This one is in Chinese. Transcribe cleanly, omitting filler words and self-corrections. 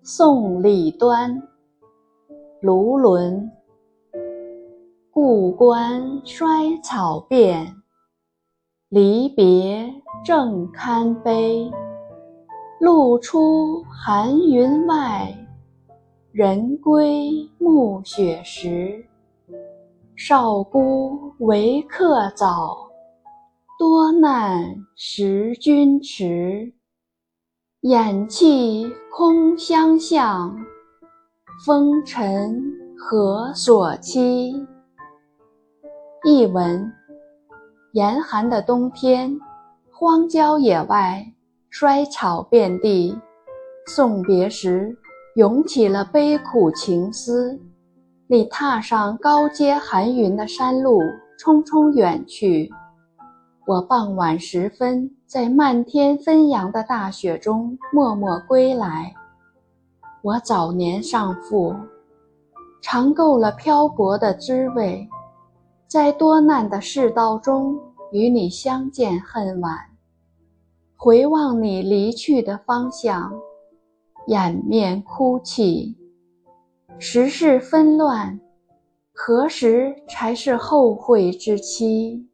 送李端，卢纶。故关衰草遍，离别正堪悲。路出寒云外，人归暮雪时。少孤为客早，多难识君迟。掩泣空相向，风尘何所期。译文：严寒的冬天，荒郊野外，衰草遍地。送别时，涌起了悲苦情思。你踏上高阶寒云的山路，匆匆远去。我傍晚时分，在漫天纷扬的大雪中默默归来。我早年丧父，尝够了漂泊的滋味，在多难的世道中与你相见恨晚。回望你离去的方向，掩面哭泣。时事纷乱，何时才是后会之期？